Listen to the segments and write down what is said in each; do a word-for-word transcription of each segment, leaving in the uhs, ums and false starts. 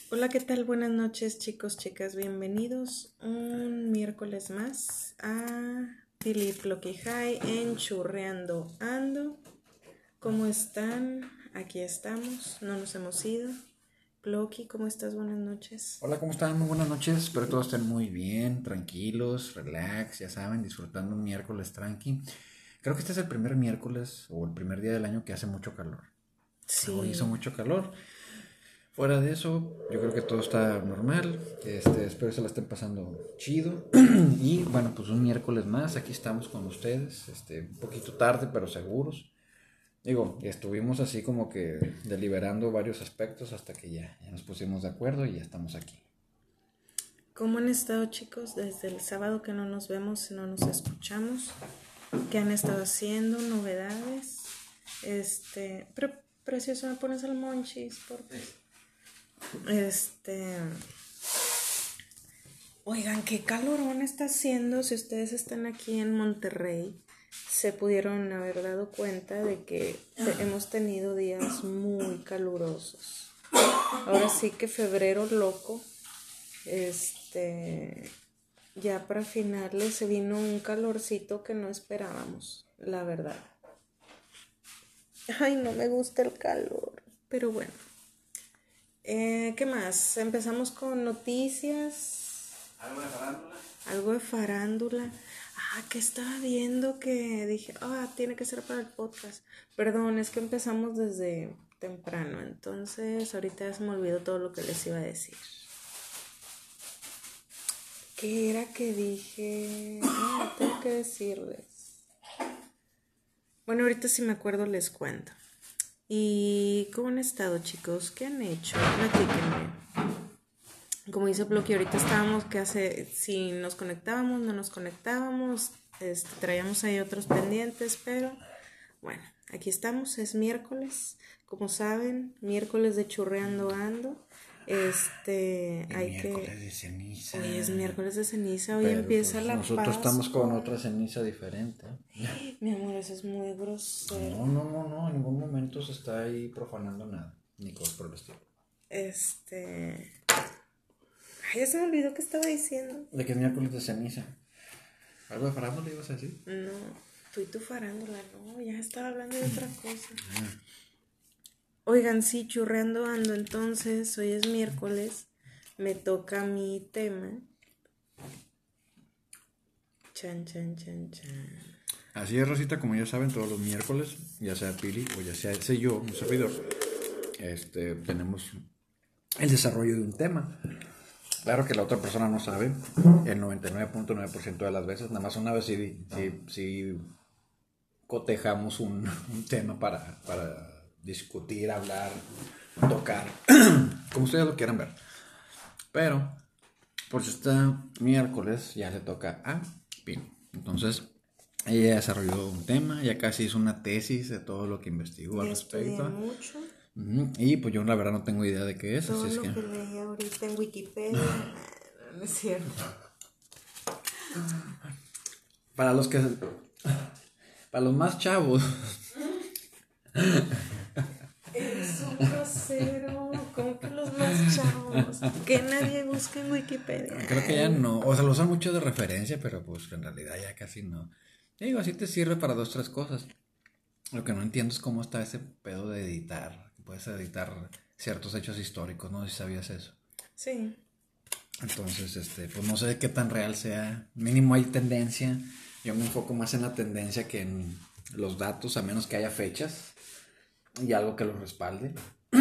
Hola, ¿qué tal? Buenas noches, chicos, chicas. Bienvenidos un miércoles más a Philip Loki High en Churreando Ando. ¿Cómo están? Aquí estamos, no nos hemos ido. Loki, ¿cómo estás? Buenas noches. Hola, ¿cómo están? Muy buenas noches. Espero que todos estén muy bien, tranquilos, relax, ya saben, disfrutando un miércoles tranqui. Creo que este es el primer miércoles o el primer día del año que hace mucho calor. Hoy hizo Sí. mucho calor. Fuera de eso, yo creo que todo está normal. Este, espero que se la estén pasando chido. Y bueno, pues un miércoles más, aquí estamos con ustedes. Este, un poquito tarde, pero seguros. Digo, estuvimos así como que deliberando varios aspectos hasta que ya, ya nos pusimos de acuerdo y ya estamos aquí. ¿Cómo han estado, chicos? Desde el sábado que no nos vemos y no nos escuchamos. ¿Qué han estado haciendo? ¿Novedades? Este, pero precioso, me pones al monchis, por Este, oigan, qué calorón está haciendo. Si ustedes están aquí en Monterrey, se pudieron haber dado cuenta de que te- hemos tenido días muy calurosos. Ahora sí que febrero loco. Este, ya para finales se vino un calorcito que no esperábamos, la verdad. Ay, no me gusta el calor, pero bueno. Eh, ¿qué más? Empezamos con noticias. ¿Algo de farándula? Algo de farándula. Ah, que estaba viendo que dije, ah, tiene que ser para el podcast. Perdón, es que empezamos desde temprano, entonces ahorita ya se me olvidó todo lo que les iba a decir. ¿Qué era que dije? Ah, tengo que decirles. Bueno, ahorita si me acuerdo les cuento. ¿Y cómo han estado, chicos? ¿Qué han hecho? Platíquenme. Como dice Bloqui, ahorita estábamos que hace, si nos conectábamos, no nos conectábamos, este, traíamos ahí otros pendientes, pero bueno, aquí estamos, es miércoles, como saben, miércoles de Churreando Ando. Este, El hay miércoles que. de ceniza. Hoy es miércoles de ceniza, hoy Pero empieza pues la nosotros estamos con Pascua. otra ceniza diferente. Mi amor, eso es muy grosero. No, no, no, no, en ningún momento se está ahí profanando nada, ni cosas por el estilo. Este. Ay, ya se me olvidó qué estaba diciendo. ¿De qué es miércoles de ceniza? ¿Algo de farándula ibas a decir? No, tú y tu farándula, no, ya estaba hablando de otra cosa. Oigan, sí, churreando ando, entonces, hoy es miércoles, me toca mi tema. Chan, chan, chan, chan. Así es, Rosita, como ya saben, todos los miércoles, ya sea Pili o ya sea ese yo, un servidor, este, tenemos el desarrollo de un tema. Claro que la otra persona no sabe, el noventa y nueve punto nueve por ciento de las veces, nada más una vez sí, sí, sí cotejamos un, un tema para, para discutir, hablar, tocar, como ustedes lo quieran ver. Pero, por si está miércoles, ya le toca a Pino. Entonces, ella desarrolló un tema, ya casi hizo una tesis de todo lo que investigó Ya al estudié respecto. mucho. Uh-huh. Y pues yo la verdad no tengo idea de qué es. Todo Así es lo que... que leí ahorita en Wikipedia, no, no es cierto. Para los que... Para los más chavos... Eres un grosero. ¿Cómo que los más chavos? Que nadie busca en Wikipedia. Creo que ya no. O sea, lo usan mucho de referencia, pero pues en realidad ya casi no. Digo, así te sirve para dos, tres cosas. Lo que no entiendo es cómo está ese pedo de editar. Puedes editar ciertos hechos históricos, no sé si sabías eso. Sí. Entonces, este, pues no sé qué tan real sea. Mínimo hay tendencia. Yo me enfoco más en la tendencia que en los datos, a menos que haya fechas y algo que los respalde.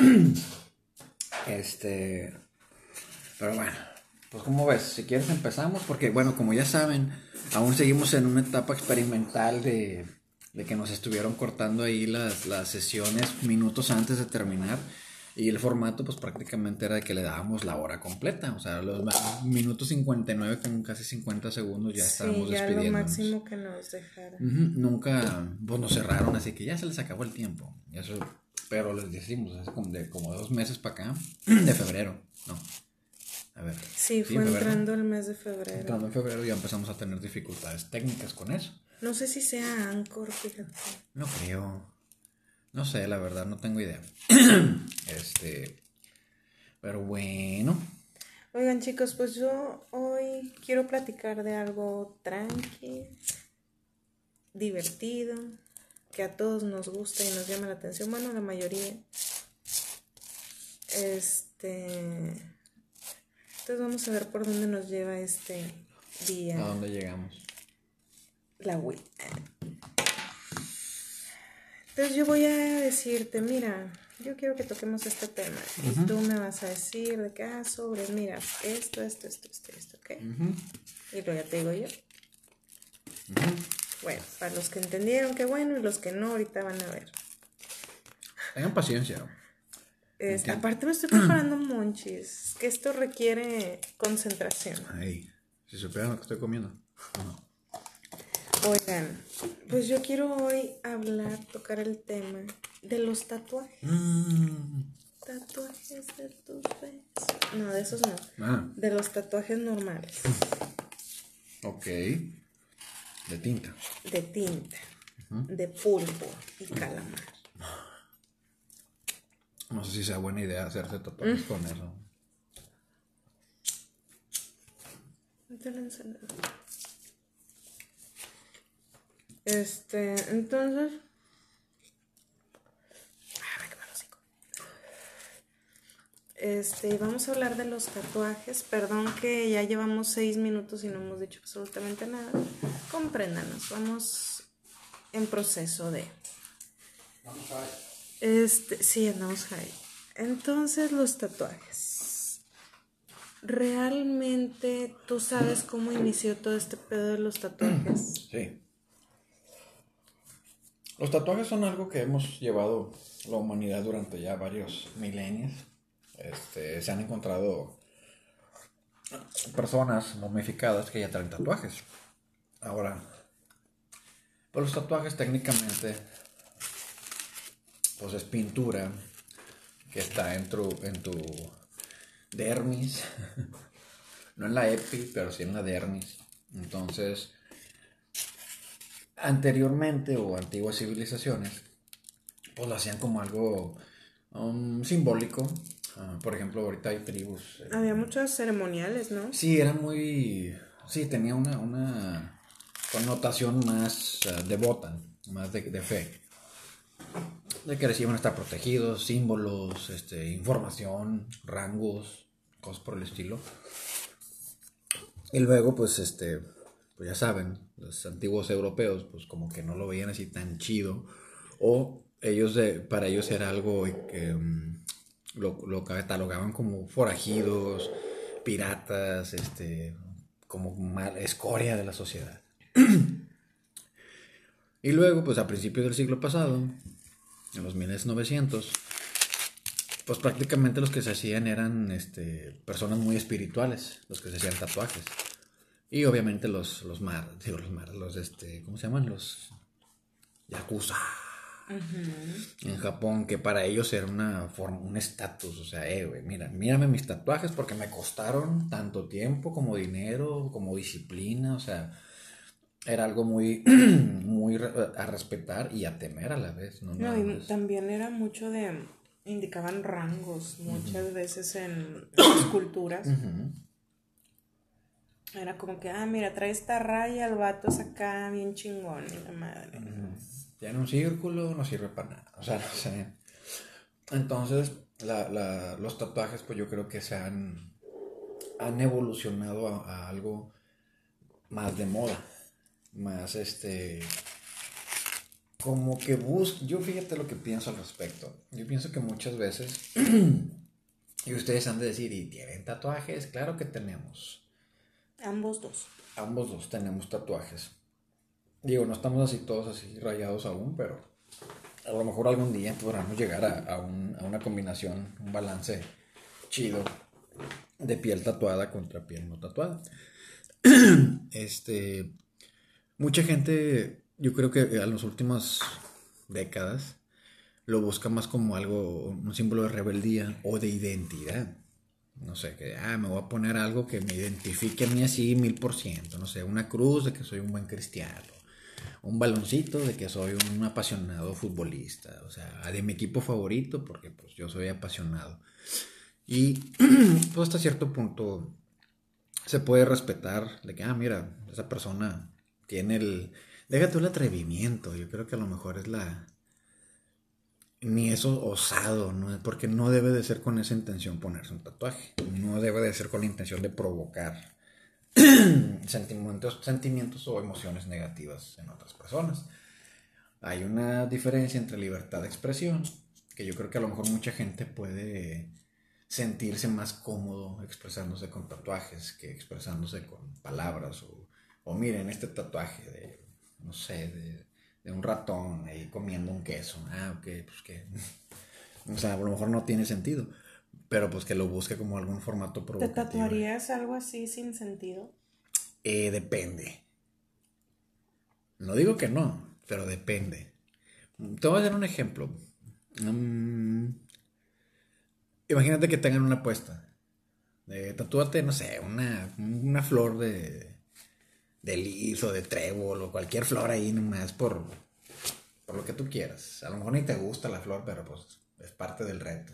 Este, pero bueno, pues como ves, si quieres empezamos, porque bueno, como ya saben, aún seguimos en una etapa experimental de, de que nos estuvieron cortando ahí las, las sesiones minutos antes de terminar. Y el formato pues prácticamente era de que le dábamos la hora completa. O sea, los minutos cincuenta y nueve con casi cincuenta segundos ya Sí, estábamos ya lo despidiéndonos. máximo que nos dejara. Uh-huh. Nunca pues nos cerraron, así que ya se les acabó el tiempo. Y eso, pero les decimos, hace como de como dos meses para acá, de febrero, no. A ver. Sí, fue febrero. entrando el mes de febrero. Entrando en febrero ya empezamos a tener dificultades técnicas con eso. No sé si sea Anchor, fíjate. No creo. No sé, la verdad, no tengo idea. Este. Pero bueno. Oigan, chicos, pues yo hoy quiero platicar de algo tranqui, divertido, que a todos nos gusta y nos llama la atención, bueno, la mayoría. Este, entonces vamos a ver por dónde nos lleva este día. ¿A dónde llegamos? La Wii. Entonces yo voy a decirte, mira, yo quiero que toquemos este tema. Uh-huh. Y tú me vas a decir de qué, ah, sobre, mira, esto, esto, esto, esto, esto, ¿ok? Uh-huh. Y luego ya te digo yo. Uh-huh. Bueno, para los que entendieron, qué bueno, y los que no, ahorita van a ver. Tengan paciencia. Este, aparte me estoy preparando monchis, que esto requiere concentración. Ay, si supieran lo que estoy comiendo. Uh-huh. Oigan, pues yo quiero hoy hablar, tocar el tema de los tatuajes. Mm. Tatuajes de tus besos. No, de esos no. Ah. De los tatuajes normales. Ok. De tinta. De tinta. Uh-huh. De pulpo y calamar. No sé si sea buena idea hacerse tatuajes mm. con eso. No te lo encendedor. Este, entonces. Ay, qué malo hocico. Este, vamos a hablar de los tatuajes. Perdón que ya llevamos seis minutos y no hemos dicho absolutamente nada. Compréndanos, vamos en proceso de. Vamos high. Este, sí, andamos high. Entonces, los tatuajes. ¿Realmente tú sabes cómo inició todo este pedo de los tatuajes? Sí. Los tatuajes son algo que hemos llevado la humanidad durante ya varios milenios. Este, se han encontrado personas momificadas que ya traen tatuajes. Ahora, pues los tatuajes técnicamente, pues es pintura que está en tu, en tu dermis, no en la epi, pero sí en la dermis. Entonces, anteriormente o antiguas civilizaciones pues lo hacían como algo um, simbólico. Uh, por ejemplo, ahorita hay tribus. Eh, Había muchos ceremoniales, ¿no? Sí, era muy. Sí, tenía una, una connotación más uh, devota, más de, de fe. De que les iban a estar protegidos, símbolos, este, información, rangos, cosas por el estilo. Y luego, pues, este. Pues ya saben, los antiguos europeos pues como que no lo veían así tan chido, o ellos de, para ellos era algo que um, lo, lo catalogaban como forajidos, piratas, este, como mal, escoria de la sociedad. Y luego pues a principios del siglo pasado, en los mil novecientos, pues prácticamente los que se hacían eran este, personas muy espirituales, los que se hacían tatuajes. Y obviamente los, los mar, digo los mar, los este, ¿cómo se llaman? Los yakuza. Uh-huh. En Japón, que para ellos era una forma, un estatus, o sea, eh, güey, mira, mírame mis tatuajes porque me costaron tanto tiempo como dinero, como disciplina, o sea, era algo muy, muy a respetar y a temer a la vez, ¿no? No, y más. También era mucho de, indicaban rangos muchas uh-huh. veces en las culturas. Uh-huh. Era como que, ah, mira, trae esta raya, el vato es acá bien chingón, y la madre. Uh-huh. Ya en un círculo no sirve para nada, o sea, no sé. Entonces, la, la, los tatuajes, pues yo creo que se han, han evolucionado a, a algo más de moda, más este, como que bus, yo fíjate lo que pienso al respecto. Yo pienso que muchas veces, y ustedes han de decir, ¿y tienen tatuajes? Claro que tenemos. Ambos dos. Ambos dos tenemos tatuajes. Digo, no estamos así todos así rayados aún, pero a lo mejor algún día podremos llegar a, a, un, a una combinación, un balance chido de piel tatuada contra piel no tatuada. Este, mucha gente, yo creo que en las últimas décadas lo busca más como algo, un símbolo de rebeldía o de identidad. No sé, que ah, me voy a poner algo que me identifique a mí así mil por ciento. No sé, una cruz de que soy un buen cristiano. Un baloncito de que soy un apasionado futbolista. O sea, de mi equipo favorito porque pues yo soy apasionado. Y pues hasta cierto punto se puede respetar de que, ah, mira, esa persona tiene el... Deja tú el atrevimiento, yo creo que a lo mejor es la... Ni eso osado, ¿no? Porque no debe de ser con esa intención ponerse un tatuaje. No debe de ser con la intención de provocar sentimientos, sentimientos o emociones negativas en otras personas. Hay una diferencia entre libertad de expresión, que yo creo que a lo mejor mucha gente puede sentirse más cómodo expresándose con tatuajes que expresándose con palabras. O, o miren este tatuaje de, no sé, de, de un ratón ahí comiendo un queso. Ah, ok, pues que... O sea, a lo mejor no tiene sentido, pero pues que lo busque como algún formato ¿Te provocativo. tatuarías algo así sin sentido? Eh, depende. No digo que no, pero depende. Te voy a dar un ejemplo. Um, imagínate que tengan una apuesta. Eh, tatúate, no sé, una, una flor de, de lis o de trébol o cualquier flor ahí nomás por, por lo que tú quieras. A lo mejor ni te gusta la flor, pero pues es parte del reto.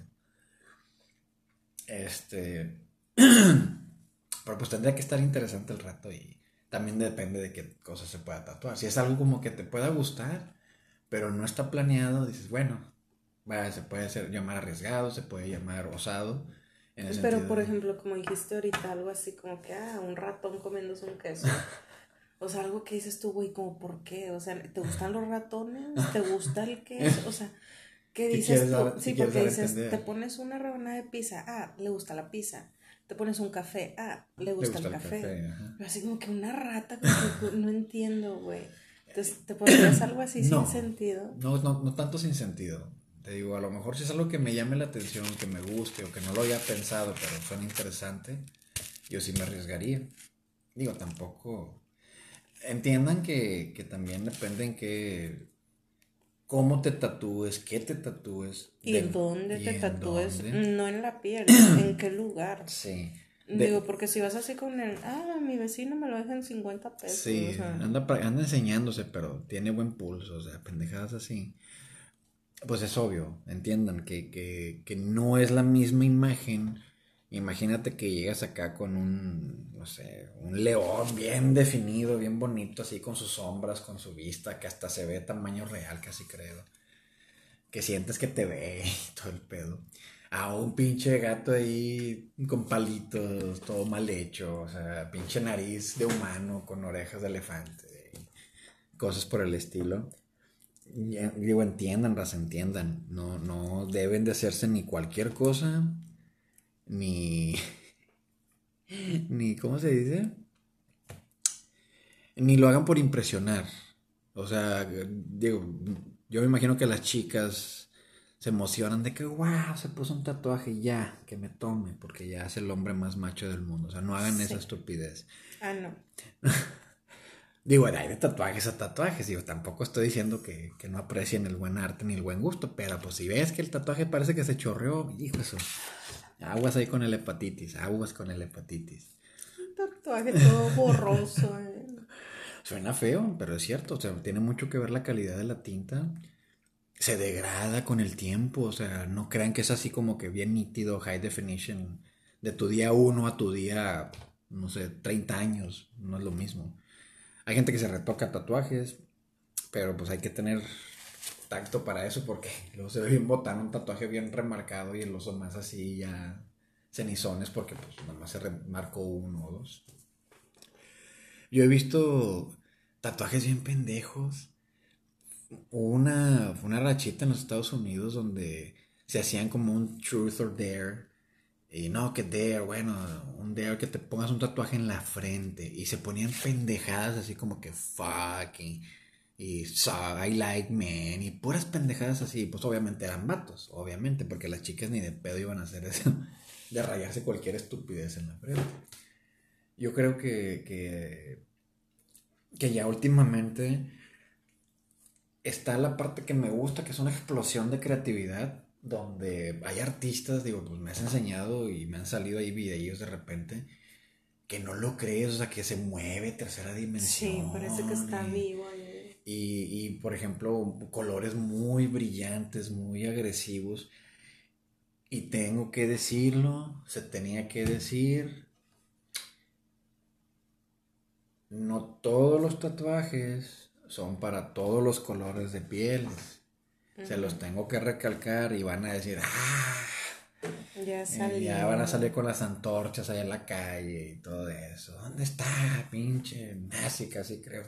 Este... Pero pues tendría que estar interesante el reto y también depende de qué cosa se pueda tatuar. Si es algo como que te pueda gustar, pero no está planeado, dices, bueno, vaya, se puede ser, llamar arriesgado, se puede llamar osado. En el Pero, por de... ejemplo, como dijiste ahorita, algo así como que, ah, un ratón comiéndose un queso. O sea, algo que dices tú, güey, como, ¿por qué? O sea, ¿te gustan los ratones? ¿Te gusta el queso? O sea, ¿qué ¿Qué dices quieres tú? dar, Sí, qué quieres porque dar a dices, entender? te pones una rebanada de pizza, ah, le gusta la pizza. Te pones un café, ah, le gusta, gusta el el café. café, ajá. Pero así como que una rata, como que no entiendo, güey. Entonces, ¿te pondrías algo así sin No, sentido? no, no, no tanto sin sentido. Te digo, a lo mejor si es algo que me llame la atención, que me guste o que no lo haya pensado, pero suena interesante, yo sí me arriesgaría. Digo, tampoco... Entiendan que, que también depende en qué... Cómo te tatúes, qué te tatúes. ¿Y de- dónde y te en tatúes? dónde. No en la piel, ¿en qué lugar? Sí. De- Digo, porque si vas así con el, ah, mi vecino me lo deja en cincuenta pesos, sí, o sea, anda, pra- anda enseñándose, pero tiene buen pulso, o sea, pendejadas así. Pues es obvio, entiendan que, que, que no es la misma imagen. Imagínate que llegas acá con un, no sé, un león bien definido, bien bonito, así con sus sombras, con su vista, que hasta se ve tamaño real, casi creo. Que sientes que te ve y todo el pedo. A un pinche gato ahí con palitos, todo mal hecho, o sea, pinche nariz de humano con orejas de elefante, cosas por el estilo. Ya, digo, entiendan, raza, entiendan. No, no deben de hacerse ni cualquier cosa, ni, ni, ¿cómo se dice? Ni lo hagan por impresionar. O sea, digo, yo me imagino que las chicas se emocionan de que, wow, se puso un tatuaje, ya, que me tome, porque ya es el hombre más macho del mundo. O sea, no hagan esa sí. estupidez. Ah, no. Digo, hay de tatuajes a tatuajes, digo, tampoco estoy diciendo que, que no aprecien el buen arte ni el buen gusto, pero pues si ves que el tatuaje parece que se chorreó, hijo eso, aguas ahí con el hepatitis, aguas con el hepatitis. Un tatuaje todo borroso, eh. Suena feo, pero es cierto, o sea, tiene mucho que ver la calidad de la tinta, se degrada con el tiempo, o sea, no crean que es así como que bien nítido, high definition, de tu día uno a tu día, no sé, treinta años, no es lo mismo. Hay gente que se retoca tatuajes, pero pues hay que tener tacto para eso porque luego se ve bien botán un tatuaje bien remarcado y el oso más así ya cenizones porque pues nada más se remarcó uno o dos. Yo he visto tatuajes bien pendejos. Hubo una, una rachita en los Estados Unidos donde se hacían como un truth or dare. Y no, que dare, bueno, un dare que te pongas un tatuaje en la frente. Y se ponían pendejadas así como que fuck y, y so, I like men y puras pendejadas así. Pues obviamente eran vatos, obviamente, porque las chicas ni de pedo iban a hacer eso, de rayarse cualquier estupidez en la frente. Yo creo que, que, que ya últimamente está la parte que me gusta, que es una explosión de creatividad, donde hay artistas, digo, pues me has enseñado y me han salido ahí videos de repente, que no lo crees, o sea, que se mueve tercera dimensión. Sí, parece que está y, vivo. eh. y, y, por ejemplo, colores muy brillantes, muy agresivos. Y tengo que decirlo, se tenía que decir, no todos los tatuajes son para todos los colores de piel. Uh-huh. Se los tengo que recalcar y van a decir, ah, ya salió. Ya van a salir con las antorchas allá en la calle y todo eso. ¿Dónde está, pinche nazi? Casi creo.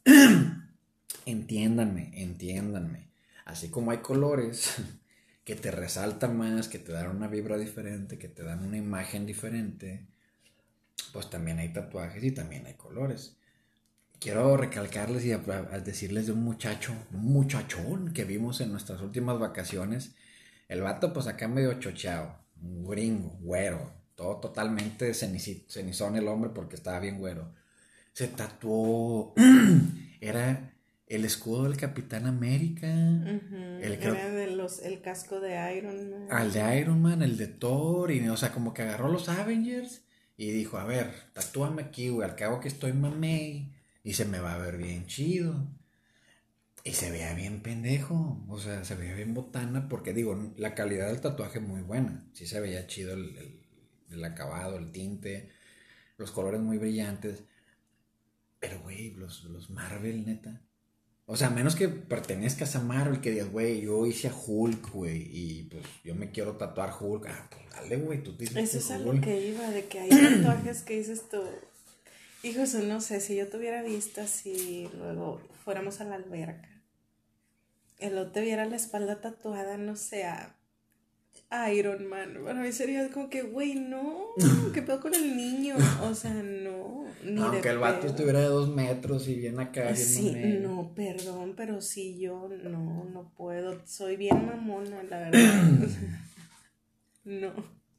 Entiéndanme, entiéndanme. Así como hay colores que te resaltan más, que te dan una vibra diferente, que te dan una imagen diferente, pues también hay tatuajes y también hay colores. Quiero recalcarles y a, a decirles de un muchacho, un muchachón que vimos en nuestras últimas vacaciones. El vato pues acá medio chocheado, un gringo, güero, todo totalmente cenizón el hombre porque estaba bien güero. Se tatuó, era el escudo del Capitán América. Uh-huh. El, era de los, el casco de Iron Man. Al de Iron Man, el de Thor, y o sea, como que agarró los Avengers y dijo, a ver, tatúame aquí, güey, al cabo que estoy mamey y se me va a ver bien chido. Y se veía bien pendejo, o sea, se veía bien botana, porque digo, la calidad del tatuaje es muy buena. Sí se veía chido el, el, el acabado, el tinte, los colores muy brillantes. Pero, güey, los, los Marvel, neta. O sea, a menos que pertenezcas a Marvel, que digas, güey, yo hice a Hulk, güey, y pues yo me quiero tatuar Hulk. Ah, pues dale, güey, tú te hiciste Eso es a lo que iba, de que hay tatuajes que dices tú. Hijo, eso no sé, si yo te hubiera visto así, luego fuéramos a la alberca, el otro te viera la espalda tatuada, no sé, a Iron Man, para mí sería como que, güey, no, ¿qué pedo con el niño? O sea, no, ni aunque de el vato pedo. Estuviera de dos metros y bien acá, bien sí, mamey. No, perdón, pero sí, yo no, no puedo, soy bien mamona, la verdad, o sea, no.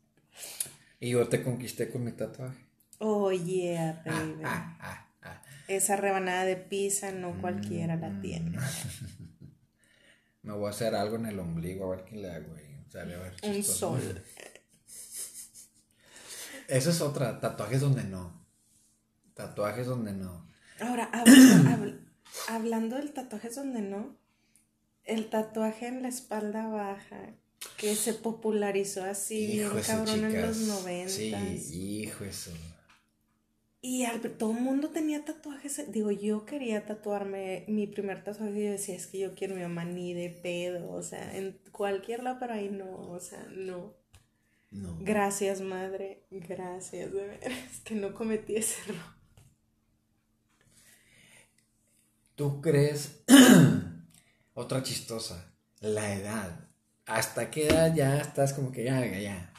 Y yo te conquisté con mi tatuaje. Oh, yeah, baby. Ah, ah, ah, ah. Esa rebanada de pizza no mm, cualquiera la tiene. Me voy a hacer algo en el ombligo, a ver qué le hago, güey. O sea, a ver, un sol. Eso es otra, tatuajes donde no. Tatuajes donde no. Ahora, hablando, habl, hablando del tatuajes donde no, el tatuaje en la espalda baja, que se popularizó así, hijo bien cabrón, chicas, en los noventas. Sí, hijo eso. Y al, todo el mundo tenía tatuajes. Digo, yo quería tatuarme. Mi primer tatuaje, yo decía, es que yo quiero mi mamá ni de pedo. O sea, en cualquier lado, pero ahí no. O sea, no. No. Gracias, madre. Gracias, de veras, que no cometí ese error. ¿Tú crees? Otra chistosa. La edad. ¿Hasta qué edad ya estás como que ya, ya?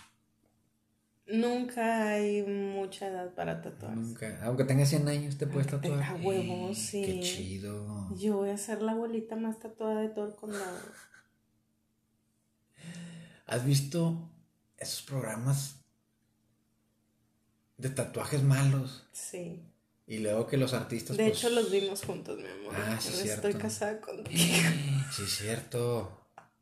Nunca hay mucha edad para tatuar. Nunca. Aunque tengas cien años, te puedes tatuar. A huevos, sí. Qué chido. Yo voy a ser la abuelita más tatuada de todo el condado. ¿Has visto esos programas de tatuajes malos? Sí. Y luego que los artistas. De pues... hecho, los vimos juntos, mi amor. Ah, sí, Estoy cierto. Estoy casada contigo. Sí, cierto.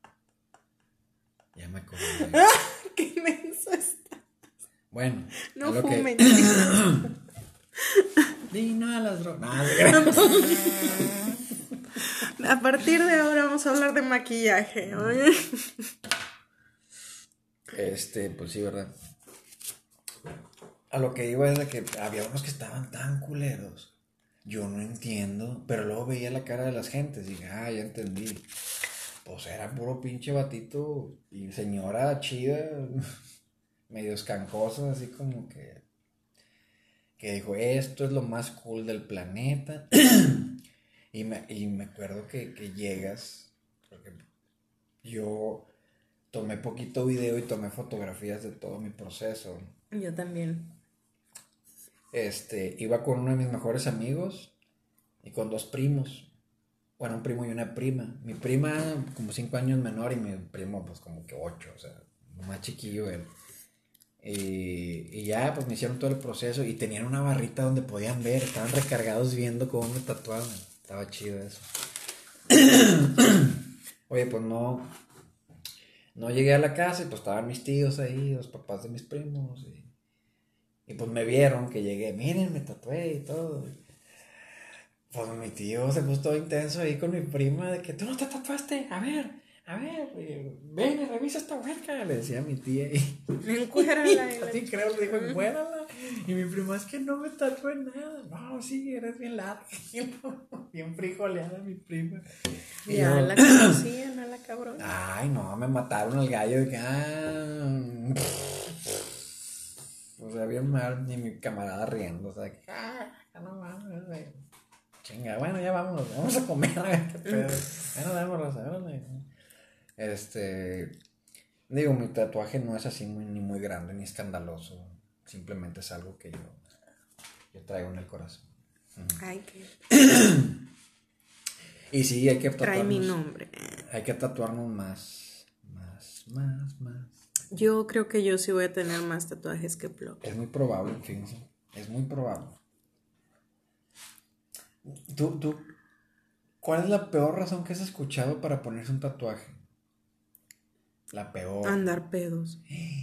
Ya me acordé. ¡Qué inmenso está! Bueno, no fumen. Que... Di no a las drogas. No, a partir de ahora vamos a hablar de maquillaje. ¿Oye? Este, pues sí, ¿verdad? A lo que iba es de que había unos que estaban tan culeros. Yo no entiendo, pero luego veía la cara de las gentes y dije, ah, ya entendí. Pues era puro pinche batito y señora chida, medio escancosa, así como que que dijo, esto es lo más cool del planeta. y, me, y me acuerdo que, que llegas, porque yo tomé poquito video y tomé fotografías de todo mi proceso. Yo también. Este, iba con uno de mis mejores amigos y con dos primos. Bueno, un primo y una prima. Mi prima como cinco años menor y mi primo pues como que ocho, o sea, más chiquillo él. Y, y ya pues me hicieron todo el proceso y tenían una barrita donde podían ver, estaban recargados viendo cómo me tatuaban. Estaba chido eso. Oye, pues no no llegué a la casa y pues estaban mis tíos ahí, los papás de mis primos y, y pues me vieron que llegué, miren, me tatué y todo. Pues mi tío se puso todo intenso ahí con mi prima de que tú no te tatuaste, a ver, a ver, eh, ven y revisa esta huerca, le decía a mi tía. Y encuérala. así creo, le dijo, encuérala. Y mi prima, es que no me tatué nada. No, sí, eres bien larga. Bien frijoleada mi prima. Y ya yo, la conocían a la cabrona. ay, no, me mataron al gallo de que, ah, o sea, bien mal, y mi camarada riendo, o sea, que, ah, no mames, güey. Chinga, bueno, ya vámonos, vamos a comer, a ver qué pedo. Bueno, vámonos, vámonos. Este, digo, mi tatuaje no es así muy, ni muy grande ni escandaloso, simplemente es algo que yo, yo traigo en el corazón. Ay, qué. Y sí, hay que Trae tatuarnos. mi nombre. Hay que tatuarnos más, más, más, más. Yo creo que yo sí voy a tener más tatuajes que Plo. Es muy probable, fíjense. Es muy probable. ¿Tú, tú, cuál es la peor razón que has escuchado para ponerse un tatuaje? La peor. Andar pedos.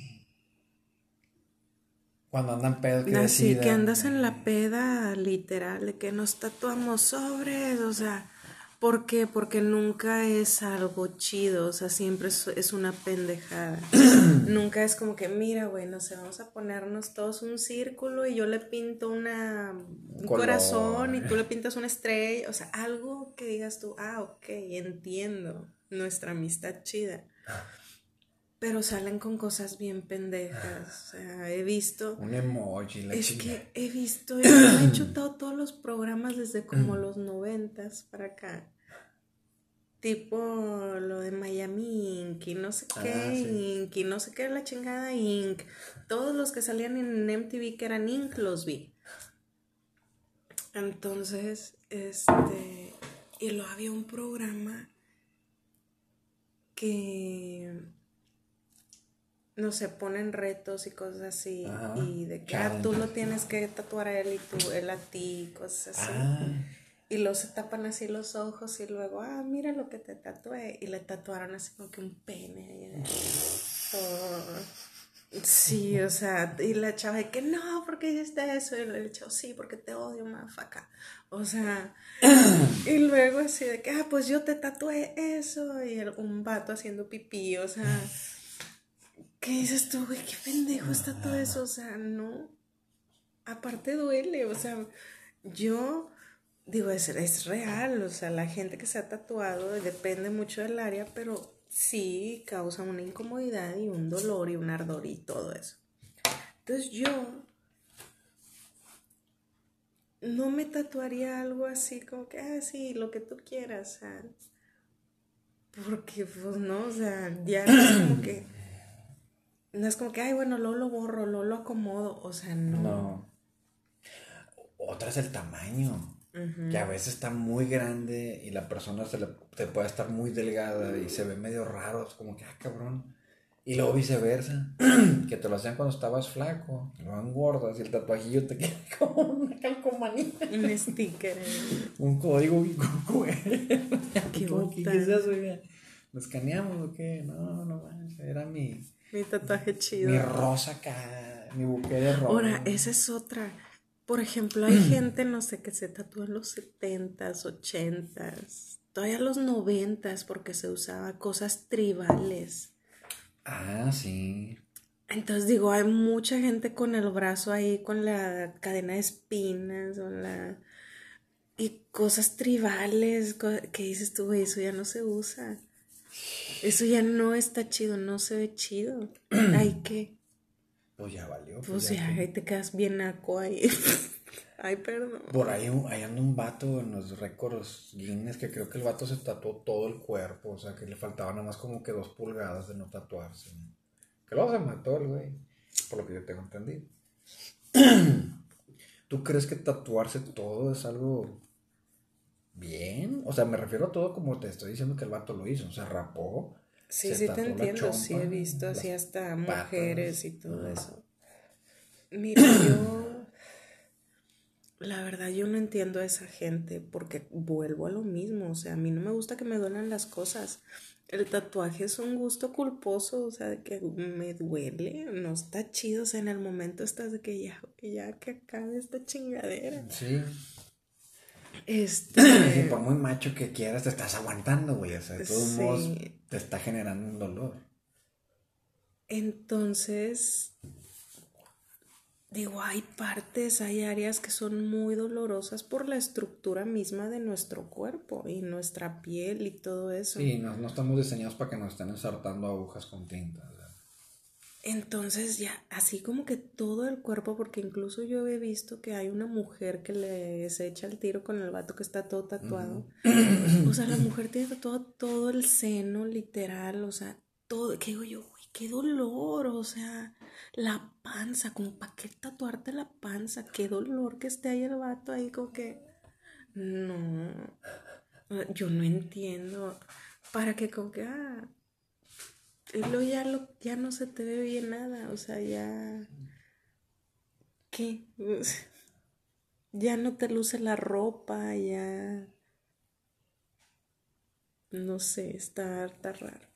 Cuando andan pedos que Así decidan, que andas eh, en la peda literal de que nos tatuamos sobres, o sea, ¿por qué? Porque nunca es algo chido, o sea, siempre es, es una pendejada. Nunca es como que, mira, güey, no sé, vamos a ponernos todos un círculo y yo le pinto una, un color. corazón y tú le pintas una estrella, o sea, algo que digas tú, ah, ok, entiendo, nuestra amistad chida. Pero salen con cosas bien pendejas. O sea, he visto. Un emoji, la Es chinga. que he visto. Yo me he chutado todos los programas desde como los noventas para acá. Tipo lo de Miami Ink y no sé qué Ah, sí. Ink y no sé qué la chingada Ink. Todos los que salían en M T V que eran Ink los vi. Entonces, este. Y luego había un programa que. No sé, ponen retos y cosas así. Ajá. Y de que ah, tú lo tienes que tatuar a él y tú, él a ti, cosas así. Ah. Y luego se tapan así los ojos y luego, ah, mira lo que te tatué. Y le tatuaron así como que un pene. Oh. Sí, o sea, y la chava de que no, ¿por qué hiciste eso? Y el chavo, sí, porque te odio, mafaca. O sea, y luego así de que, ah, pues yo te tatué eso. Y el, un vato haciendo pipí, o sea. ¿Qué dices tú, güey? ¿Qué pendejo está todo eso? O sea, no. Aparte duele, o sea, yo digo, es, es real, o sea, la gente que se ha tatuado depende mucho del área, pero sí causa una incomodidad y un dolor y un ardor y todo eso. Entonces yo no me tatuaría algo así como que, ah, sí, lo que tú quieras, o sea, porque pues no, o sea, ya es como que... No es como que, ay, bueno, luego lo borro, luego lo acomodo. O sea, no. No. Otra es el tamaño. Uh-huh. Que a veces está muy grande y la persona se le te puede estar muy delgada y se ve medio raro. Es como que, ah, cabrón. Y luego viceversa. Que te lo hacían cuando estabas flaco. Y luego engordas y el tatuajillo te queda como una calcomanía. Un sticker. Un código. ¿Qué, ¿Qué es eso? ¿Lo escaneamos o qué? No, no manches. Era mi... Mi tatuaje chido. Mi rosa acá, mi buque de rosa. Ahora, esa es otra. Por ejemplo, hay gente, no sé, que se tatúa en los setentas, ochentas, todavía los noventas, porque se usaba cosas tribales. Ah, sí. Entonces digo, hay mucha gente con el brazo ahí, con la cadena de espinas, o la... y cosas tribales, que dices tú, güey, eso ya no se usa. Eso ya no está chido, no se ve chido. Ay, ¿qué? Pues ya valió. Pues, pues ya, que... ahí te quedas bien naco ahí. Ay, perdón. Por ahí, ahí anda un vato en los récords Guinness que creo que el vato se tatuó todo el cuerpo. O sea, que le faltaba nada más como que dos pulgadas de no tatuarse. Que luego se mató el güey, por lo que yo tengo entendido. ¿Tú crees que tatuarse todo es algo... bien? O sea, me refiero a todo como te estoy diciendo que el vato lo hizo. Se rapó. Sí, se sí te entiendo. Chompa, sí he visto así hasta patas, mujeres y todo uh-huh. eso. Mira, yo... La verdad, yo no entiendo a esa gente porque vuelvo a lo mismo. O sea, a mí no me gusta que me duelan las cosas. El tatuaje es un gusto culposo, o sea, de que me duele, no está chido. O sea, en el momento estás de que ya, ya que acabe esta chingadera. Sí. Este. Y por muy macho que quieras, te estás aguantando, güey. O sea, de todos Sí. modos, te está generando un dolor. Entonces, digo, hay partes, hay áreas que son muy dolorosas por la estructura misma de nuestro cuerpo y nuestra piel y todo eso. Sí, no, no estamos diseñados para que nos estén ensartando agujas con tinta, ¿verdad? Entonces ya, así como que todo el cuerpo, porque incluso yo he visto que hay una mujer que le se echa el tiro con el vato que está todo tatuado. Uh-huh. O sea, la mujer tiene tatuado todo el seno, literal, o sea, todo, que digo yo, uy, qué dolor, o sea, la panza, como para qué tatuarte la panza, qué dolor que esté ahí el vato ahí, como que, no, yo no entiendo, para que como que, ah, luego ya, lo, ya no se te ve bien nada, o sea, ya, ¿qué? Ya no te luce la ropa, ya, no sé, está, está raro.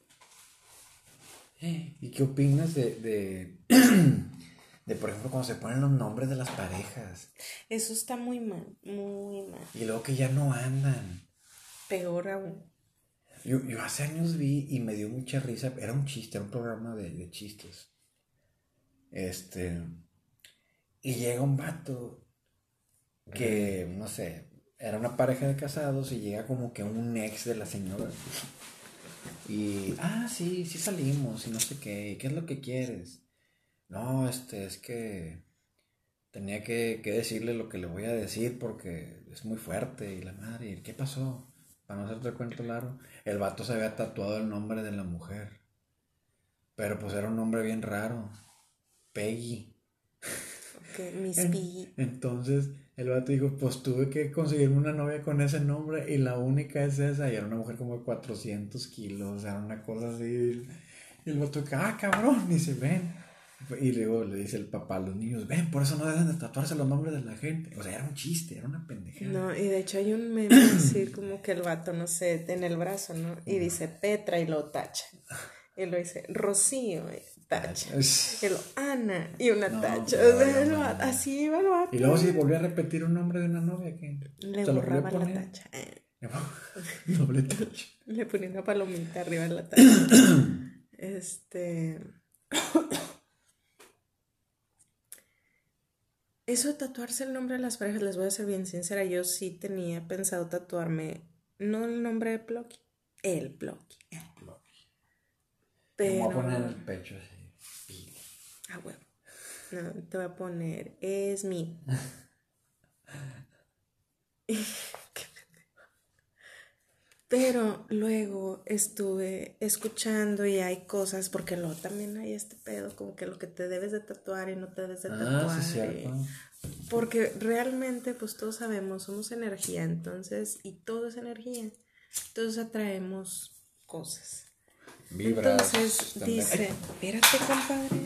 ¿Y qué opinas de, de, de, por ejemplo, cuando se ponen los nombres de las parejas? Eso está muy mal, muy mal. Y luego que ya no andan. Peor aún. Yo, yo hace años vi y me dio mucha risa. Era un chiste, era un programa de, de chistes. Este. Y llega un vato que, no sé, era una pareja de casados y llega como que un ex de la señora. Y, ah, sí, sí salimos y no sé qué. ¿Qué es lo que quieres? No, este, es que tenía que, que decirle lo que le voy a decir porque es muy fuerte. Y la madre, ¿qué pasó? Para no hacerte el cuento largo, el vato se había tatuado el nombre de la mujer. Pero pues era un nombre bien raro. Peggy. Ok, Miss Piggy. Entonces el vato dijo, pues tuve que conseguirme una novia con ese nombre y la única es esa. Y era una mujer como de cuatrocientos kilos, era una cosa así. Y el vato dice, ah, cabrón, y se ven. Y luego le dice el papá a los niños, ven, por eso no deben de tatuarse los nombres de la gente. O sea, era un chiste, era una pendejada. No, y de hecho hay un meme así como que el vato, no sé, en el brazo, ¿no? Y dice Petra y lo tacha. Y lo dice Rocío, y tacha. Y lo Ana y una no, tacha. O sea, el vato, así iba el vato. Y luego si volvió a repetir un nombre de una novia que le se borraba lo la tacha. Doble tacha. Le ponía una palomita arriba de la tacha. Este... Eso de tatuarse el nombre de las parejas, les voy a ser bien sincera, yo sí tenía pensado tatuarme, no el nombre de Plocky, el Plocky. El Plocky. Pero... Me voy a poner en el pecho así. Ah, huevo. No, te voy a poner, es mío. Pero luego estuve escuchando y hay cosas, porque luego también hay este pedo, como que lo que te debes de tatuar y no te debes de tatuar. Ah, sí, cierto. Porque realmente, pues todos sabemos, somos energía, entonces, y todo es energía. Entonces atraemos cosas. Vibras. Entonces dice, espérate, compadre.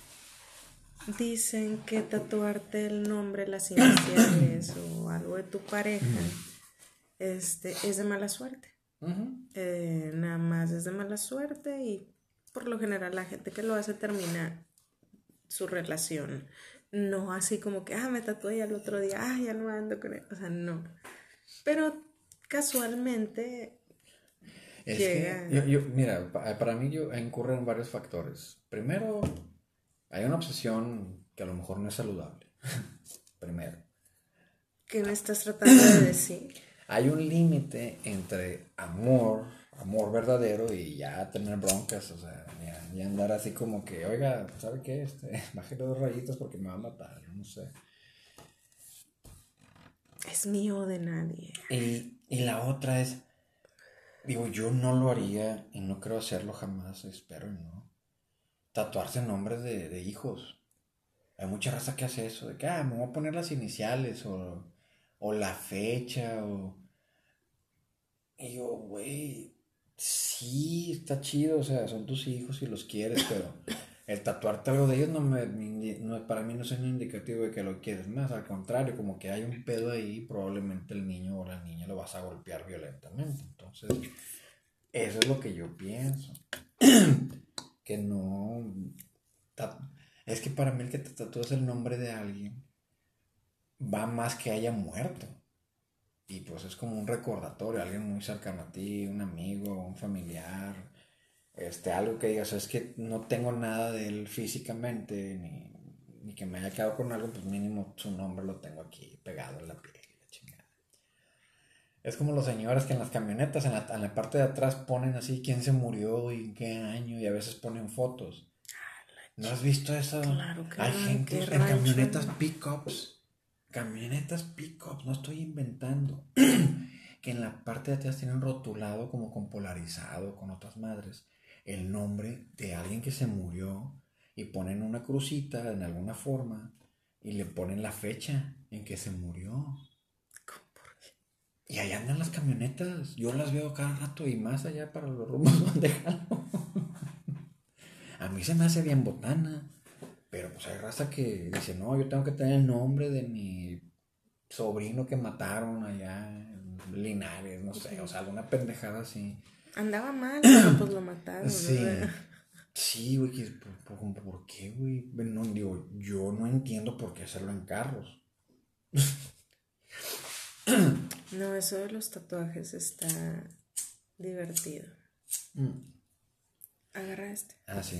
Dicen que tatuarte el nombre, las iniciales o algo de tu pareja. Este, es de mala suerte. Uh-huh. Eh, nada más es de mala suerte y por lo general la gente que lo hace termina su relación. No así como que, ah, me tatué al otro día, ah, ya no ando con él. O sea, no. Pero casualmente es llega... que, yo, yo, mira, para mí yo incurre en varios factores. Primero, hay una obsesión que a lo mejor no es saludable. Primero. ¿Qué me estás tratando de decir? Hay un límite entre amor, amor verdadero y ya tener broncas, o sea, ya, ya andar así como que, oiga, ¿sabe qué? Este, bájale dos rayitas porque me va a matar, no sé. Es mío de nadie. Y, y la otra es, digo, yo no lo haría y no creo hacerlo jamás, espero, ¿no? Tatuarse nombres de, de hijos. Hay mucha raza que hace eso, de que, ah, me voy a poner las iniciales o... o la fecha, o... Y yo, güey, sí, está chido, o sea, son tus hijos y los quieres, pero el tatuarte algo de ellos no me, no, para mí no es un indicativo de que lo quieres más, al contrario, como que hay un pedo ahí, probablemente el niño o la niña lo vas a golpear violentamente, entonces, eso es lo que yo pienso, que no, es que para mí el que te tatúas el nombre de alguien va más que haya muerto. Y pues es como un recordatorio, alguien muy cercano a ti, un amigo, un familiar, este, algo que digas, es que no tengo nada de él físicamente, ni, ni que me haya quedado con algo, pues mínimo su nombre lo tengo aquí pegado en la piel, la chingada. Es como los señores que en las camionetas, en la, en la parte de atrás ponen así quién se murió y en qué año, y a veces ponen fotos. ¿No has visto eso? Claro que Hay no, gente qué en rancho. camionetas pickups. Camionetas pick-up, no estoy inventando. Que en la parte de atrás tienen rotulado como con polarizado, con otras madres, el nombre de alguien que se murió y ponen una crucita en alguna forma y le ponen la fecha en que se murió. Y allá andan las camionetas. Yo las veo cada rato y más allá para los rumbos donde jalo. A mí se me hace bien botana. Pero pues hay raza que dice, no, yo tengo que tener el nombre de mi sobrino que mataron allá en Linares, no sé, o sea, alguna pendejada así. Andaba mal, pero pues lo mataron. Sí, ¿No? sí, güey, ¿por, por, ¿por qué, güey? No, digo, yo no entiendo por qué hacerlo en carros. No, eso de los tatuajes está divertido. Mm. Agarra este. Ah, sí.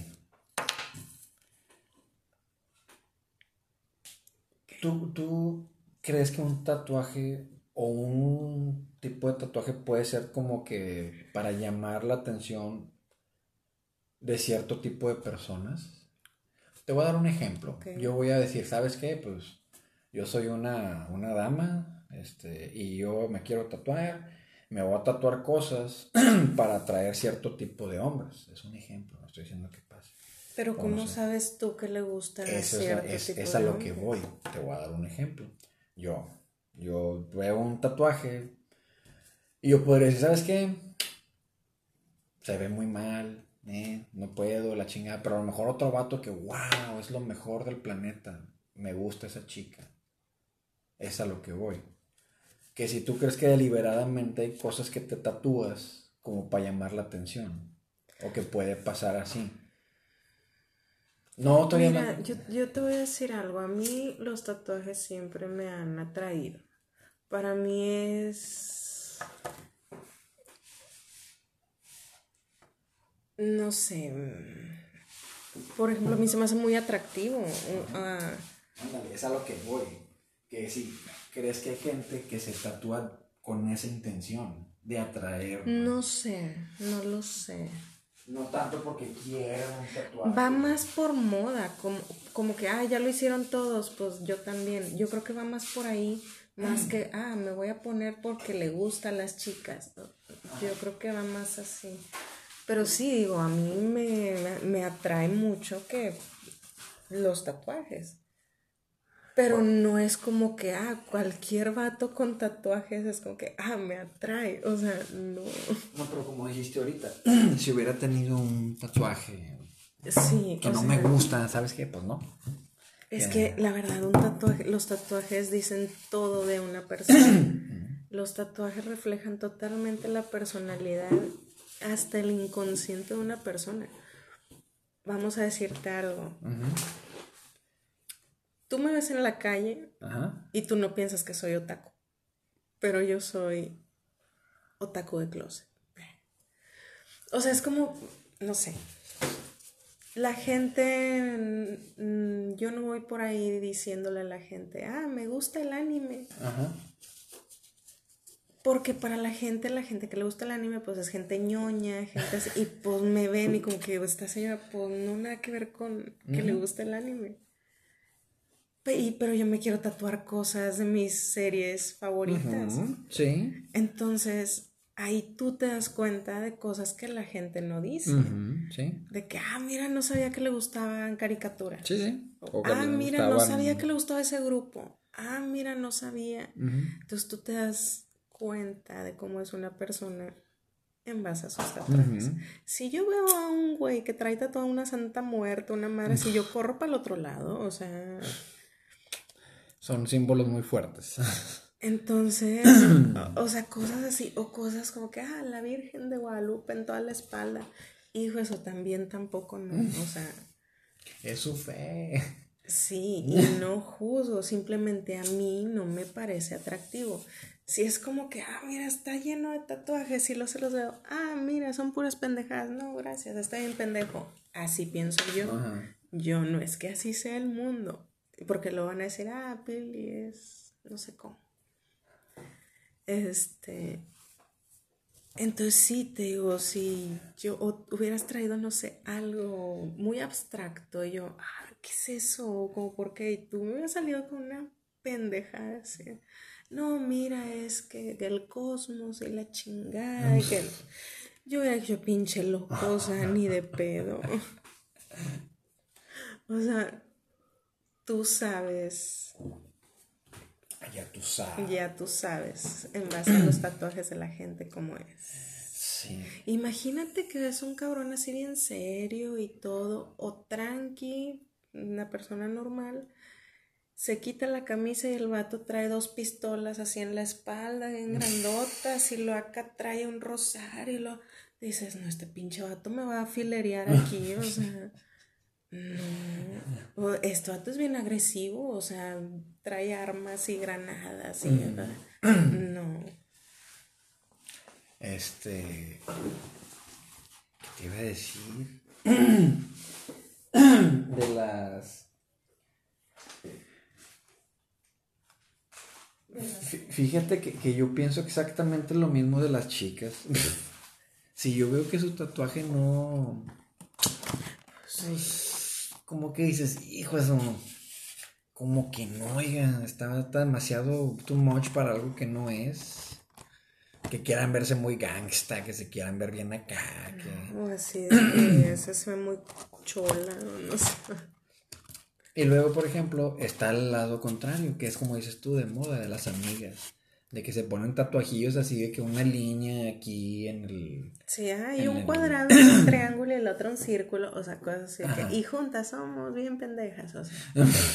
¿Tú, ¿Tú crees que un tatuaje o un tipo de tatuaje puede ser como que para llamar la atención de cierto tipo de personas? Te voy a dar un ejemplo. Okay. Yo voy a decir, ¿sabes qué? Pues yo soy una, una dama, este, y yo me quiero tatuar, me voy a tatuar cosas para atraer cierto tipo de hombres. Es un ejemplo, no estoy diciendo que pase. Pero O ¿cómo no sé. sabes tú que le gusta a Eso cierto es, es, tipo es de a lo hombre? que voy. Te voy a dar un ejemplo. Yo, yo veo un tatuaje y yo podría decir, ¿sabes qué? Se ve muy mal, eh, no puedo, la chingada. Pero a lo mejor otro vato que, wow, es lo mejor del planeta. Me gusta esa chica. Es a lo que voy. Que si tú crees que deliberadamente hay cosas que te tatúas como para llamar la atención. O que puede pasar así. No, todavía Mira, no. yo, yo te voy a decir algo. A mí los tatuajes siempre me han atraído. Para mí es... No sé. Por ejemplo, a mí se me hace muy atractivo. Uh, Ándale, es a lo que voy. Que si crees que hay gente que se tatúa con esa intención de atraer. no sé, no lo sé. No tanto porque quieran un tatuaje. Va más por moda, como, como que, ah, ya lo hicieron todos, pues yo también. Yo creo que va más por ahí, más que, ah, me voy a poner porque le gusta a las chicas. Yo creo que va más así. Pero sí, digo, a mí me, me, me atrae mucho que los tatuajes. Pero no es como que, ah, cualquier vato con tatuajes es como que, ah, me atrae. O sea, no. No, pero como dijiste ahorita, si hubiera tenido un tatuaje Sí, que o no sea, me gusta, ¿sabes qué? Pues no. es Que- que la verdad, un tatuaje, los tatuajes dicen todo de una persona. Los tatuajes reflejan totalmente la personalidad, hasta el inconsciente de una persona. Vamos a decirte algo. Ujú. Tú me ves en la calle Ajá. y tú no piensas que soy otaku, pero yo soy otaku de closet. O sea, es como, no sé, la gente, mm, yo no voy por ahí diciéndole a la gente, ah, me gusta el anime. Ajá. Porque para la gente, la gente que le gusta el anime, pues es gente ñoña, gente así, y pues me ven y como que esta señora, pues no nada que ver con que le Ujú. gusta el anime. Pe- y- pero yo me quiero tatuar cosas de mis series favoritas. Ujú. Sí. Entonces, ahí tú te das cuenta de cosas que la gente no dice. Ujú. Sí. De que, ah, mira, no sabía que le gustaban caricaturas. Sí, sí. O que Ah, le mira, no gustaban- sabía que le gustaba ese grupo. Ah, mira, no sabía. Ujú. Entonces tú te das cuenta de cómo es una persona en base a sus tatuajes. Ujú. Si yo veo a un güey que trae tatuada una santa muerta, una madre, si yo corro para el otro lado, o sea... Son símbolos muy fuertes. Entonces, o, o sea, cosas así, o cosas como que, ah, la Virgen de Guadalupe en toda la espalda. Hijo, eso también tampoco no, o sea... Es su fe. Sí, y no juzgo, simplemente a mí no me parece atractivo. Si es como que, ah, mira, está lleno de tatuajes y los se los veo, ah, mira, son puras pendejadas, no, gracias, está bien pendejo. Así pienso yo. Ajá. Yo no es que así sea el mundo, porque lo van a decir, ah, Pili es no sé cómo. Este, entonces sí, te digo, si yo hubieras traído, no sé, algo muy abstracto, y yo, ah, ¿qué es eso? Como, ¿por qué? Y tú me hubieras salido con una pendejada así. No, mira, es que del cosmos y la chingada, y que yo hubiera dicho, pinche loco, o sea, ni de pedo. O sea, tú sabes. Ya tú sabes. Ya tú sabes, en base a los tatuajes de la gente, cómo es. Sí. Imagínate que es un cabrón así bien serio y todo, o tranqui, una persona normal, se quita la camisa y el vato trae dos pistolas así en la espalda, bien grandotas, y lo acá trae un rosario, y lo dices, no, este pinche vato me va a filerear aquí, o sea, no, este vato es bien agresivo, o sea, trae armas y granadas y mm. no. Este, ¿qué te iba a decir? De las... Fíjate que, que yo pienso exactamente lo mismo de las chicas. Si yo veo que su tatuaje no... Pues, como que dices, hijo, eso como que no, oiga, está, está demasiado too much para algo que no es. Que quieran verse muy gangsta, que se quieran ver bien acá. Que... O así de que esa se ve muy chola, no sé. Y luego, por ejemplo, está el lado contrario, que es como dices tú, de moda, de las amigas. De que se ponen tatuajillos así de que una línea aquí en el... Sí, hay un el... cuadrado, un triángulo y el otro un círculo, o sea, cosas así. Que, y juntas somos bien pendejas, o sea.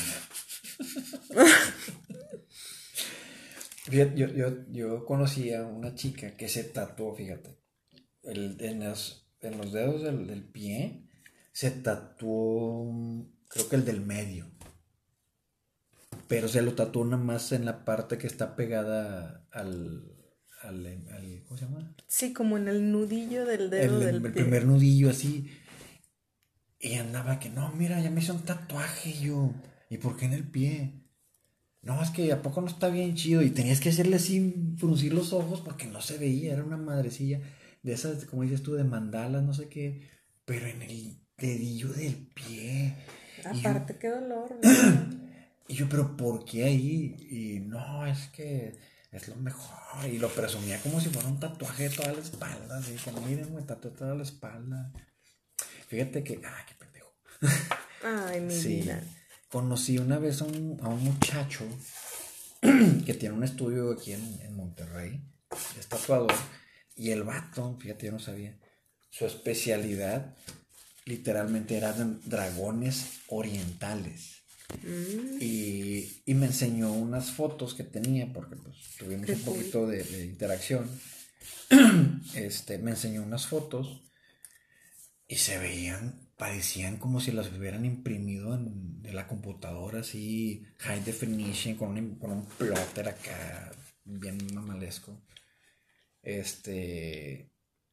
Fíjate, yo, yo, yo conocí a una chica que se tatuó, fíjate, el, en, las, en los dedos del, del pie se tatuó, creo que el del medio, pero se lo tatuó nada más en la parte que está pegada al, al, al ¿cómo se llama? Sí, como en el nudillo del dedo el, del el pie. El primer nudillo así, y andaba que, no, mira, ya me hice un tatuaje yo, ¿y por qué en el pie? No, es que ¿a poco no está bien chido? Y tenías que hacerle así, fruncir los ojos porque no se veía, era una madrecilla de esas, como dices tú, de mandalas, no sé qué, pero en el dedillo del pie. Aparte, yo, qué dolor, ¿no? Y yo, pero ¿por qué ahí? Y no, es que es lo mejor. Y lo presumía como si fuera un tatuaje de toda la espalda, así que miren, me tatué toda la espalda. Fíjate que, ah, qué pendejo. Ay, mi sí. vida. Conocí una vez a un, a un muchacho que tiene un estudio aquí en, en Monterrey, es tatuador, y el vato, fíjate, yo no sabía, su especialidad literalmente eran dragones orientales. Mm. Y, y me enseñó unas fotos que tenía, porque pues tuvimos Qué un cool. poquito de, de interacción. Este, me enseñó unas fotos y se veían, parecían como si las hubieran imprimido en, en la computadora, así, high definition, con un, con un plotter acá, bien mamalesco. Este...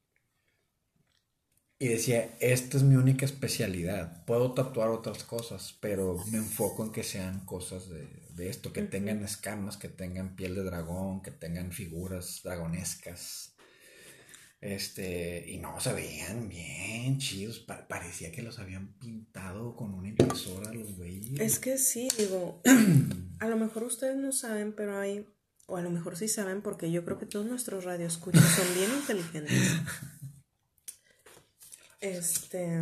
Y decía, esta es mi única especialidad. Puedo tatuar otras cosas, pero me enfoco en que sean cosas de, de esto, que uh-huh. tengan escamas, que tengan piel de dragón, que tengan figuras dragonescas. Este, y no, se veían bien chidos. Pa- parecía que los habían pintado con una impresora los güeyes. Es que sí, digo, a lo mejor ustedes no saben, pero hay, o a lo mejor sí saben, porque yo creo que todos nuestros radioescuchas son bien inteligentes. Este,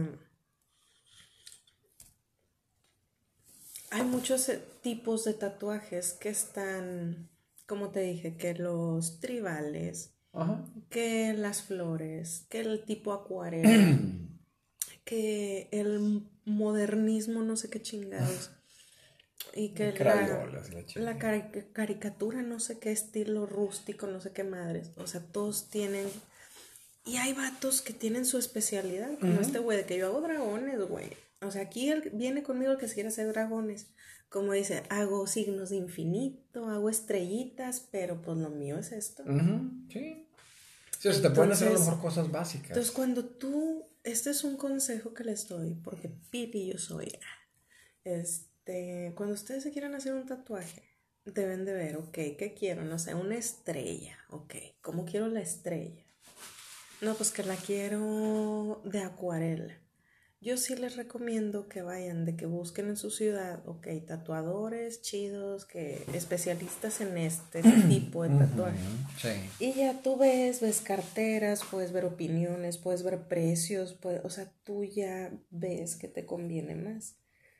hay muchos tipos de tatuajes que están, como te dije, que los tribales, uh-huh. que las flores, que el tipo acuarela, que el modernismo, no sé qué chingados, y que la, la cari- caricatura, no sé qué estilo rústico, no sé qué madres, o sea, todos tienen... Y hay vatos que tienen su especialidad, como uh-huh. este güey, de que yo hago dragones, güey. O sea, aquí el, viene conmigo el que se quiere hacer dragones. Como dice, hago signos de infinito, hago estrellitas, pero pues lo mío es esto. Uh-huh, sí. Sí, o sea, te pueden hacer a lo mejor cosas básicas. Entonces, cuando tú, este es un consejo que les doy, porque Pili yo soy, este, cuando ustedes se quieran hacer un tatuaje, deben de ver, ok, ¿qué quiero? No sé, una estrella, ok, ¿cómo quiero la estrella? No, pues que la quiero de acuarela. Yo sí les recomiendo que vayan, de que busquen en su ciudad, ok, tatuadores chidos, que especialistas en este tipo de tatuaje. Uh-huh, sí. Y ya tú ves, ves carteras, puedes ver opiniones, puedes ver precios, puedes, o sea, tú ya ves que te conviene más.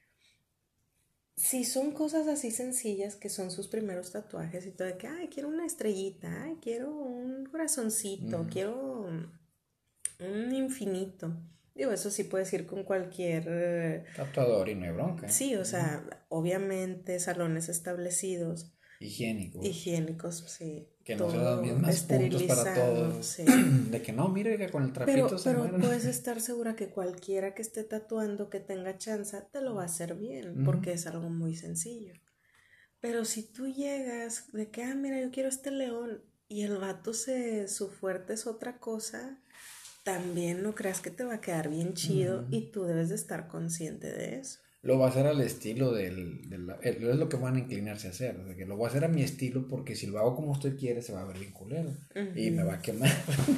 Si son cosas así sencillas, que son sus primeros tatuajes y todo, de que, ay, quiero una estrellita, ay, quiero un corazoncito, mm. quiero un infinito. Digo, eso sí puedes ir con cualquier tatuador y no hay bronca. Sí, o sea, uh-huh. obviamente salones establecidos. Higiénicos. Higiénicos, sí. Que no se dan mismas puntos para todos. Sí. De que no, mire que con el trapito pero, se Pero mueren. puedes estar segura que cualquiera que esté tatuando, que tenga chance, te lo va a hacer bien, uh-huh. porque es algo muy sencillo. Pero si tú llegas de que, ah, mira, yo quiero este león, y el vato se, su fuerte es otra cosa, también no creas que te va a quedar bien chido, uh-huh. y tú debes de estar consciente de eso. Lo va a hacer al estilo del, del es lo que van a inclinarse a hacer, o sea, que lo voy a hacer a mi estilo, porque si lo hago como usted quiere se va a ver bien culero, uh-huh. y me va a quemar.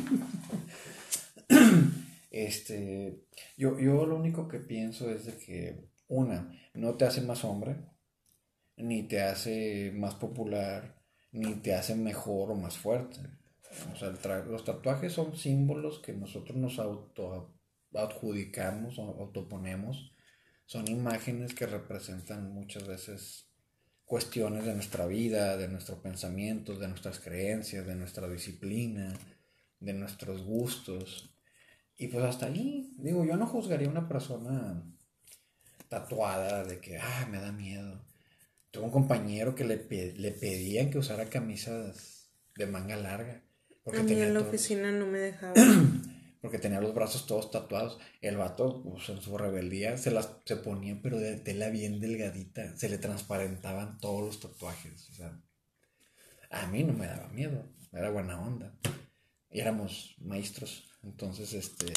este yo, yo lo único que pienso es de que una, no te hace más hombre, ni te hace más popular, ni te hace mejor o más fuerte. O sea, el tra- los tatuajes son símbolos que nosotros nos auto adjudicamos o autoponemos. Son imágenes que representan muchas veces cuestiones de nuestra vida, de nuestros pensamientos, de nuestras creencias, de nuestra disciplina, de nuestros gustos. Y pues hasta ahí, digo, yo no juzgaría a una persona tatuada de que, ah, me da miedo. Tuve un compañero que le, pe- le pedían que usara camisas de manga larga. Porque a mí en la todos... oficina no me dejaba. Porque tenía los brazos todos tatuados. El vato, pues, en su rebeldía, se las se ponía, pero de tela bien delgadita. Se le transparentaban todos los tatuajes. O sea, a mí no me daba miedo. Era buena onda. Y éramos maestros. Entonces, este...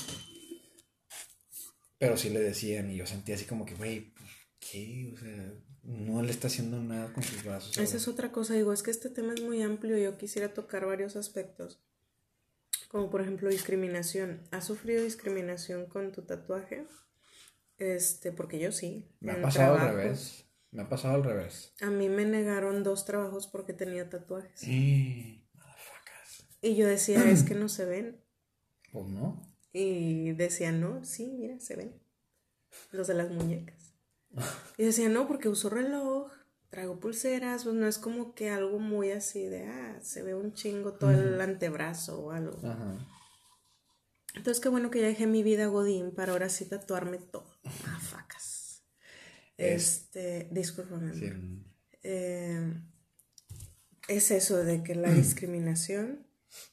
Pero sí le decían, y yo sentía así como que, güey, pues, ¿qué? O sea, no le está haciendo nada con sus brazos. Esa es otra cosa. Digo, es que este tema es muy amplio. Yo quisiera tocar varios aspectos. Como por ejemplo discriminación. ¿Has sufrido discriminación con tu tatuaje? Este, porque yo sí. Me ha pasado trabajo, al revés. Me ha pasado al revés. A mí me negaron dos trabajos porque tenía tatuajes. Sí, motherfuckers. Y yo decía, es que no se ven. Pues no. Y decía, no, sí, mira, se ven. Los de las muñecas. Y decía, no, porque uso reloj, traigo pulseras, pues no es como que algo muy así de, ah, se ve un chingo todo uh-huh. el antebrazo o algo. Uh-huh. Entonces, qué bueno que ya dejé mi vida godín para ahora sí tatuarme todo. Ah, facas. Este, discúlpame. Sí. Eh, es eso de que la discriminación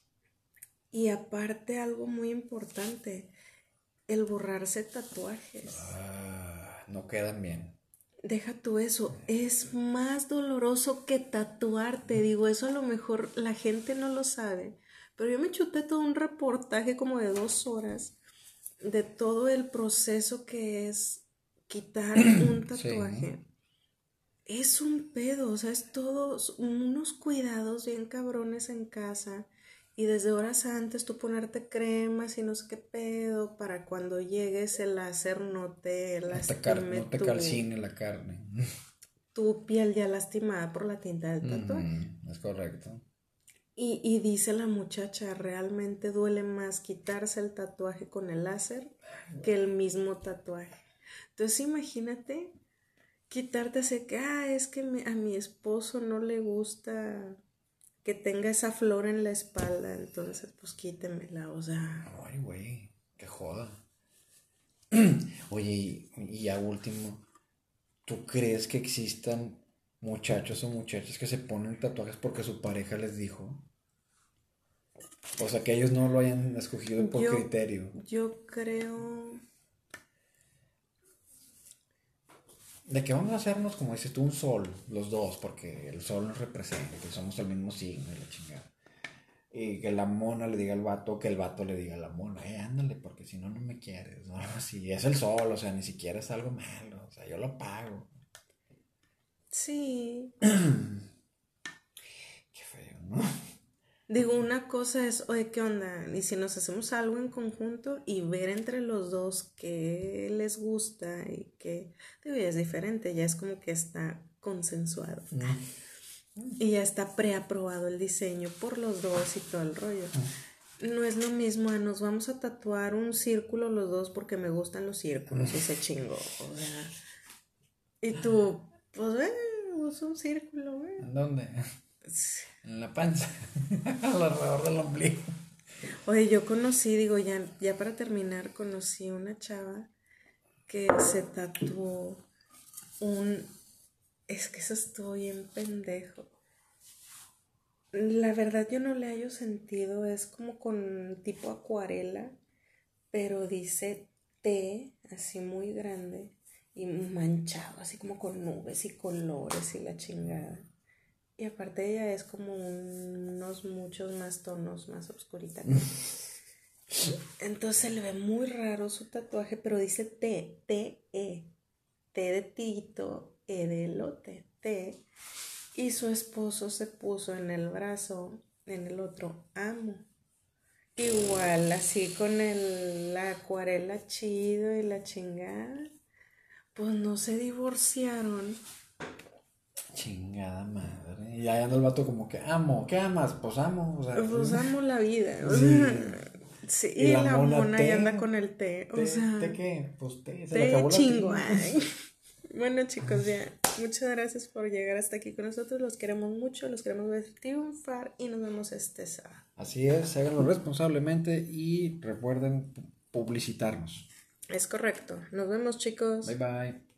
y aparte algo muy importante, el borrarse tatuajes. Ah, no quedan bien. Deja tú eso, es más doloroso que tatuarte, digo, eso a lo mejor la gente no lo sabe, pero yo me chuté todo un reportaje como de dos horas de todo el proceso que es quitar un tatuaje. Sí. Es un pedo, o sea, es todos unos cuidados bien cabrones en casa y desde horas antes tú ponerte cremas y no sé qué pedo para cuando llegues el láser no te lastime no te, no te calcine la carne. Tu piel ya lastimada por la tinta del tatuaje. Mm, es correcto. Y, y dice la muchacha, realmente duele más quitarse el tatuaje con el láser que el mismo tatuaje. Entonces imagínate quitarte así que, ah, es que me, a mi esposo no le gusta que tenga esa flor en la espalda, entonces pues quítemela, o sea. Ay, güey, qué joda. Oye, y, y a último, ¿tú crees que existan muchachos o muchachas que se ponen tatuajes porque su pareja les dijo? O sea, que ellos no lo hayan escogido por yo, criterio. Yo creo... De que vamos a hacernos, como dices tú, un sol, los dos, porque el sol nos representa, que somos el mismo signo y la chingada. Y que la mona le diga al vato, que el vato le diga a la mona, eh, ándale, porque si no, no me quieres, ¿no? Así, es el sol, o sea, ni siquiera es algo malo, o sea, yo lo pago. Sí. Qué feo, ¿no? Digo, una cosa es, oye, ¿qué onda? Y si nos hacemos algo en conjunto y ver entre los dos qué les gusta y qué, digo, ya es diferente, ya es como que está consensuado. Mm. Y ya está preaprobado el diseño por los dos y todo el rollo. Mm. No es lo mismo, nos vamos a tatuar un círculo los dos porque me gustan los círculos y se chingó, o sea. Y tú, pues, ve, usa un círculo, güey. ¿En dónde? En la panza, alrededor del ombligo. Oye, yo conocí, digo, ya, ya para terminar, conocí una chava que se tatuó un... Es que eso estuvo bien pendejo. La verdad yo no le hallo sentido, es como con tipo acuarela, pero dice T, así muy grande, y manchado, así como con nubes y colores y la chingada. Y aparte ella es como unos muchos más tonos más oscurita. Entonces le ve muy raro su tatuaje, pero dice T, T, E. T de tito, E de elote, T. Y su esposo se puso en el brazo, en el otro, amo. Igual, así con el, la acuarela chido y la chingada. Pues no se divorciaron. Chingada madre. Y ahí anda el vato como que amo. ¿Qué amas? Pues amo. O sea, pues amo la vida. O sí. Sea, sí. Y, y la, la mona, mona ahí anda con el té. O té, sea. ¿Té qué? Pues té. Se té le acabó chingo. Bueno, chicos, ya. Muchas gracias por llegar hasta aquí con nosotros. Los queremos mucho. Los queremos ver triunfar. Y nos vemos este sábado. Así es. Háganlo responsablemente. Y recuerden publicitarnos. Es correcto. Nos vemos, chicos. Bye, bye.